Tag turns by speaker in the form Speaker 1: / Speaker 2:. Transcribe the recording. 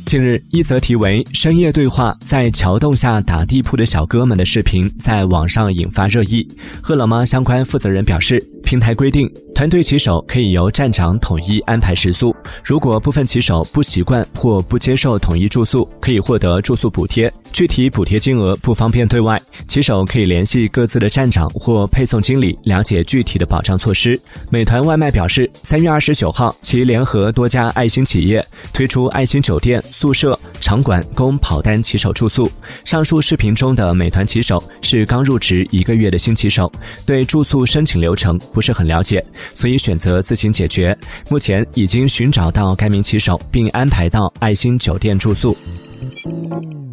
Speaker 1: 近日，一则题为“深夜对话在桥洞下打地铺的小哥们”的视频在网上引发热议。饿了么相关负责人表示，平台规定，团队骑手可以由站长统一安排食宿，如果部分骑手不习惯或不接受统一住宿，可以获得住宿补贴。具体补贴金额不方便对外，骑手可以联系各自的站长或配送经理了解具体的保障措施。美团外卖表示，3月29号，其联合多家爱心企业推出爱心酒店、宿舍、场馆供跑单骑手住宿。上述视频中的美团骑手是刚入职1个月的新骑手，对住宿申请流程不是很了解，所以选择自行解决。目前已经寻找到该名骑手，并安排到爱心酒店住宿。